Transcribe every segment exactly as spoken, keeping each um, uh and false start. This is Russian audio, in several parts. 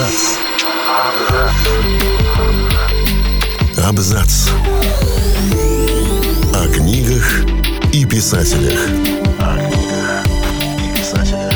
Абзац. Абзац. О книгах и писателях. О книгах и писателях.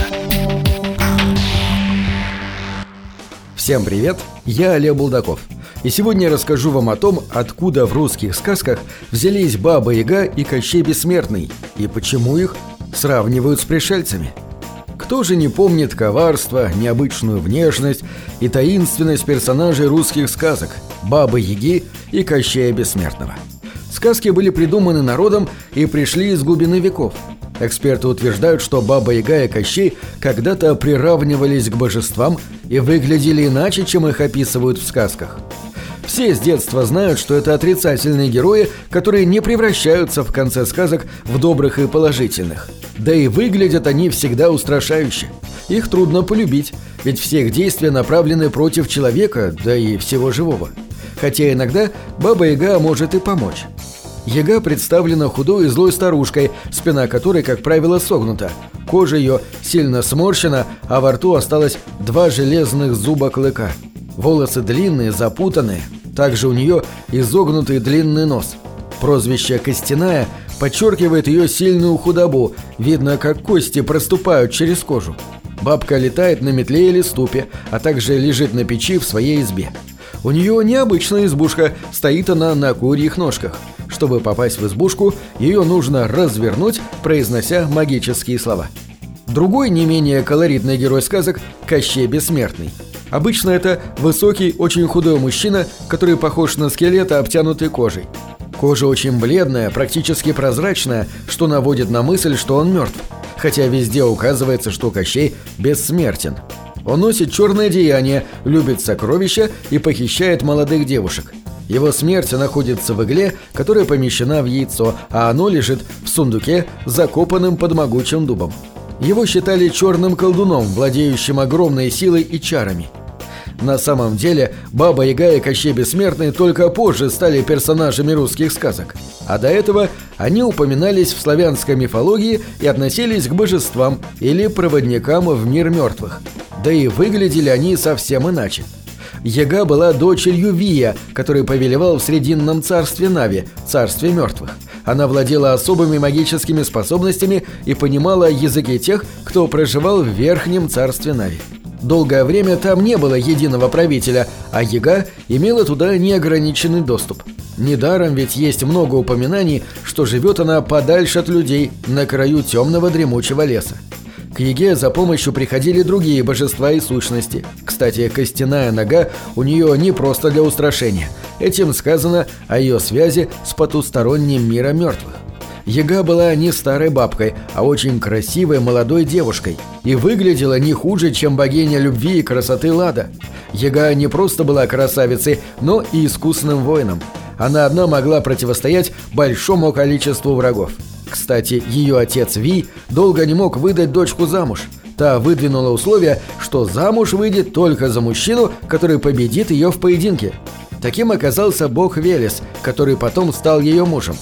Всем привет, я Олег Булдаков. И сегодня я расскажу вам о том, откуда в русских сказках взялись Баба-Яга и Кощей Бессмертный, и почему их сравнивают с пришельцами. Кто же не помнит коварство, необычную внешность и таинственность персонажей русских сказок Бабы-Яги и Кощея Бессмертного? Сказки были придуманы народом и пришли из глубины веков. Эксперты утверждают, что Баба-Яга и Кощей когда-то приравнивались к божествам и выглядели иначе, чем их описывают в сказках. Все с детства знают, что это отрицательные герои, которые не превращаются в конце сказок в добрых и положительных. Да и выглядят они всегда устрашающе. Их трудно полюбить, ведь все их действия направлены против человека, да и всего живого. Хотя иногда Баба-Яга может и помочь. Яга представлена худой и злой старушкой, спина которой, как правило, согнута. Кожа ее сильно сморщена, а во рту осталось два железных зуба клыка. Волосы длинные, запутанные. Также у нее изогнутый длинный нос. Прозвище «Костяная» подчеркивает ее сильную худобу. Видно, как кости проступают через кожу. Бабка летает на метле или ступе, а также лежит на печи в своей избе. У нее необычная избушка, стоит она на курьих ножках. Чтобы попасть в избушку, ее нужно развернуть, произнося магические слова. Другой не менее колоритный герой сказок – Кощей Бессмертный. Обычно это высокий, очень худой мужчина, который похож на скелет, обтянутый кожей. Кожа очень бледная, практически прозрачная, что наводит на мысль, что он мертв. Хотя везде указывается, что Кощей бессмертен. Он носит черное одеяние, любит сокровища и похищает молодых девушек. Его смерть находится в игле, которая помещена в яйцо, а оно лежит в сундуке, закопанным под могучим дубом. Его считали черным колдуном, владеющим огромной силой и чарами. На самом деле Баба-Яга и Кощей Бессмертный только позже стали персонажами русских сказок, а до этого они упоминались в славянской мифологии и относились к божествам или проводникам в мир мертвых. Да и выглядели они совсем иначе. Яга была дочерью Вия, который повелевал в Срединном царстве Нави, царстве мертвых. Она владела особыми магическими способностями и понимала языки тех, кто проживал в Верхнем царстве Нави. Долгое время там не было единого правителя, а Яга имела туда неограниченный доступ. Недаром ведь есть много упоминаний, что живет она подальше от людей, на краю темного дремучего леса. К Яге за помощью приходили другие божества и сущности. Кстати, костяная нога у нее не просто для устрашения. Этим сказано о ее связи с потусторонним миром мертвых. Яга была не старой бабкой, а очень красивой молодой девушкой. И выглядела не хуже, чем богиня любви и красоты Лада. Яга не просто была красавицей, но и искусным воином. Она одна могла противостоять большому количеству врагов. Кстати, ее отец Ви долго не мог выдать дочку замуж. Та выдвинула условие, что замуж выйдет только за мужчину, который победит ее в поединке. Таким оказался бог Велес, который потом стал ее мужем.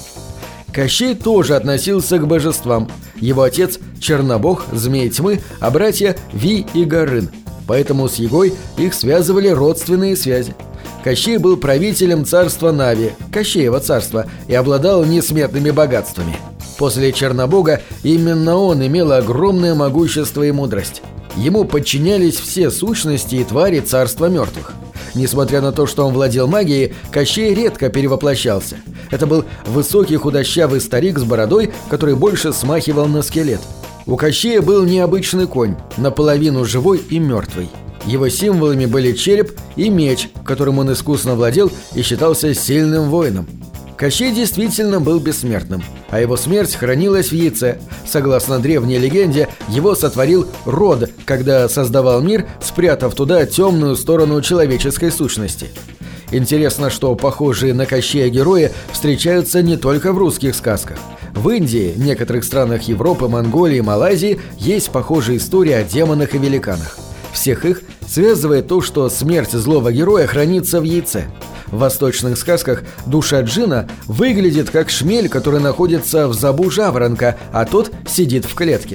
Кощей тоже относился к божествам. Его отец – Чернобог, Змей Тьмы, а братья – Ви и Горын. Поэтому с Ягой их связывали родственные связи. Кощей был правителем царства Нави, Кощеева царства, и обладал несметными богатствами. После Чернобога именно он имел огромное могущество и мудрость. Ему подчинялись все сущности и твари царства мертвых. Несмотря на то, что он владел магией, Кощей редко перевоплощался. Это был высокий худощавый старик с бородой, который больше смахивал на скелет. У Кощея был необычный конь, наполовину живой и мертвый. Его символами были череп и меч, которым он искусно владел и считался сильным воином. Кощей действительно был бессмертным, а его смерть хранилась в яйце. Согласно древней легенде, его сотворил Род, когда создавал мир, спрятав туда темную сторону человеческой сущности. Интересно, что похожие на Кощея герои встречаются не только в русских сказках. В Индии, некоторых странах Европы, Монголии и Малайзии есть похожие истории о демонах и великанах. Всех их связывает то, что смерть злого героя хранится в яйце. В восточных сказках душа джинна выглядит как шмель, который находится в зобу жаворонка, а тот сидит в клетке.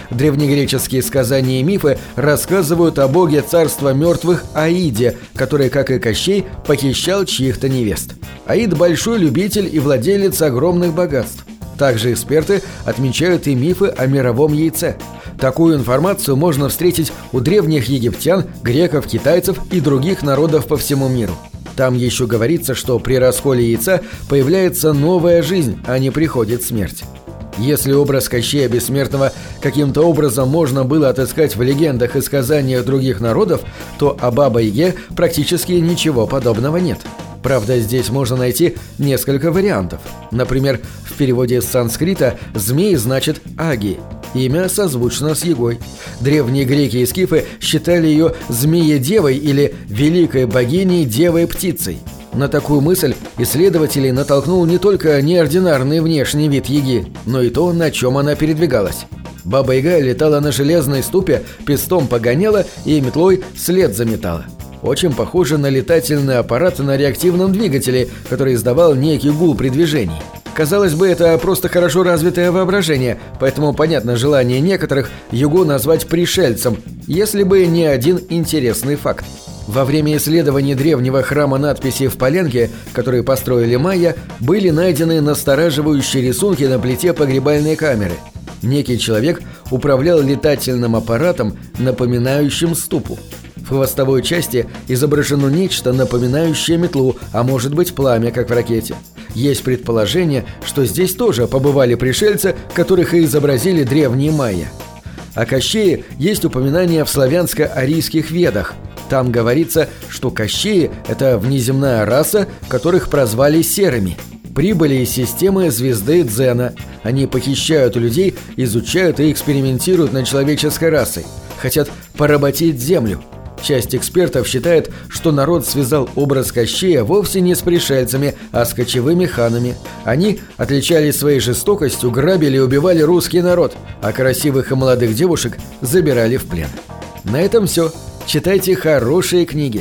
древнегреческие сказания и мифы рассказывают о боге царства мертвых Аиде, который, как и Кощей, похищал чьих-то невест. Аид – большой любитель и владелец огромных богатств. Также эксперты отмечают и мифы о мировом яйце. Такую информацию можно встретить у древних египтян, греков, китайцев и других народов по всему миру. Там еще говорится, что при расколе яйца появляется новая жизнь, а не приходит смерть. Если образ Кощея Бессмертного каким-то образом можно было отыскать в легендах и сказаниях других народов, то о Бабе-Яге практически ничего подобного нет. Правда, здесь можно найти несколько вариантов. Например, в переводе с санскрита «змей» значит «аги». Имя созвучно с Ягой. Древние греки и скифы считали ее змеедевой или великой богиней девой-птицей. На такую мысль исследователей натолкнул не только неординарный внешний вид Яги, но и то, на чем она передвигалась. Баба-Яга летала на железной ступе, пестом погоняла и метлой след заметала. Очень похоже на летательный аппарат на реактивном двигателе, который издавал некий гул при движении. Казалось бы, это просто хорошо развитое воображение, поэтому понятно желание некоторых Ягу назвать пришельцем, если бы не один интересный факт. Во время исследований древнего храма надписи в Паленке, которые построили майя, были найдены настораживающие рисунки на плите погребальной камеры. Некий человек управлял летательным аппаратом, напоминающим ступу. В хвостовой части изображено нечто, напоминающее метлу, а может быть пламя, как в ракете. Есть предположение, что здесь тоже побывали пришельцы, которых и изобразили древние майя. О Кощее есть упоминания в славянско-арийских ведах. Там говорится, что Кощеи – это внеземная раса, которых прозвали серыми. Прибыли из системы звезды Дзена. Они похищают людей, изучают и экспериментируют над человеческой расой. Хотят поработить землю. Часть экспертов считает, что народ связал образ Кощея вовсе не с пришельцами, а с кочевыми ханами. Они отличались своей жестокостью, грабили и убивали русский народ, а красивых и молодых девушек забирали в плен. На этом все. Читайте хорошие книги.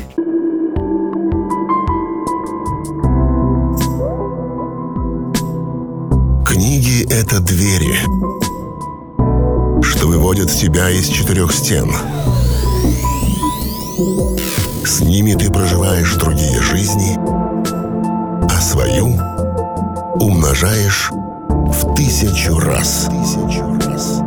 Книги — это двери, что выводят тебя из четырех стен. С ними ты проживаешь другие жизни, а свою умножаешь в тысячу раз. Тысячу раз.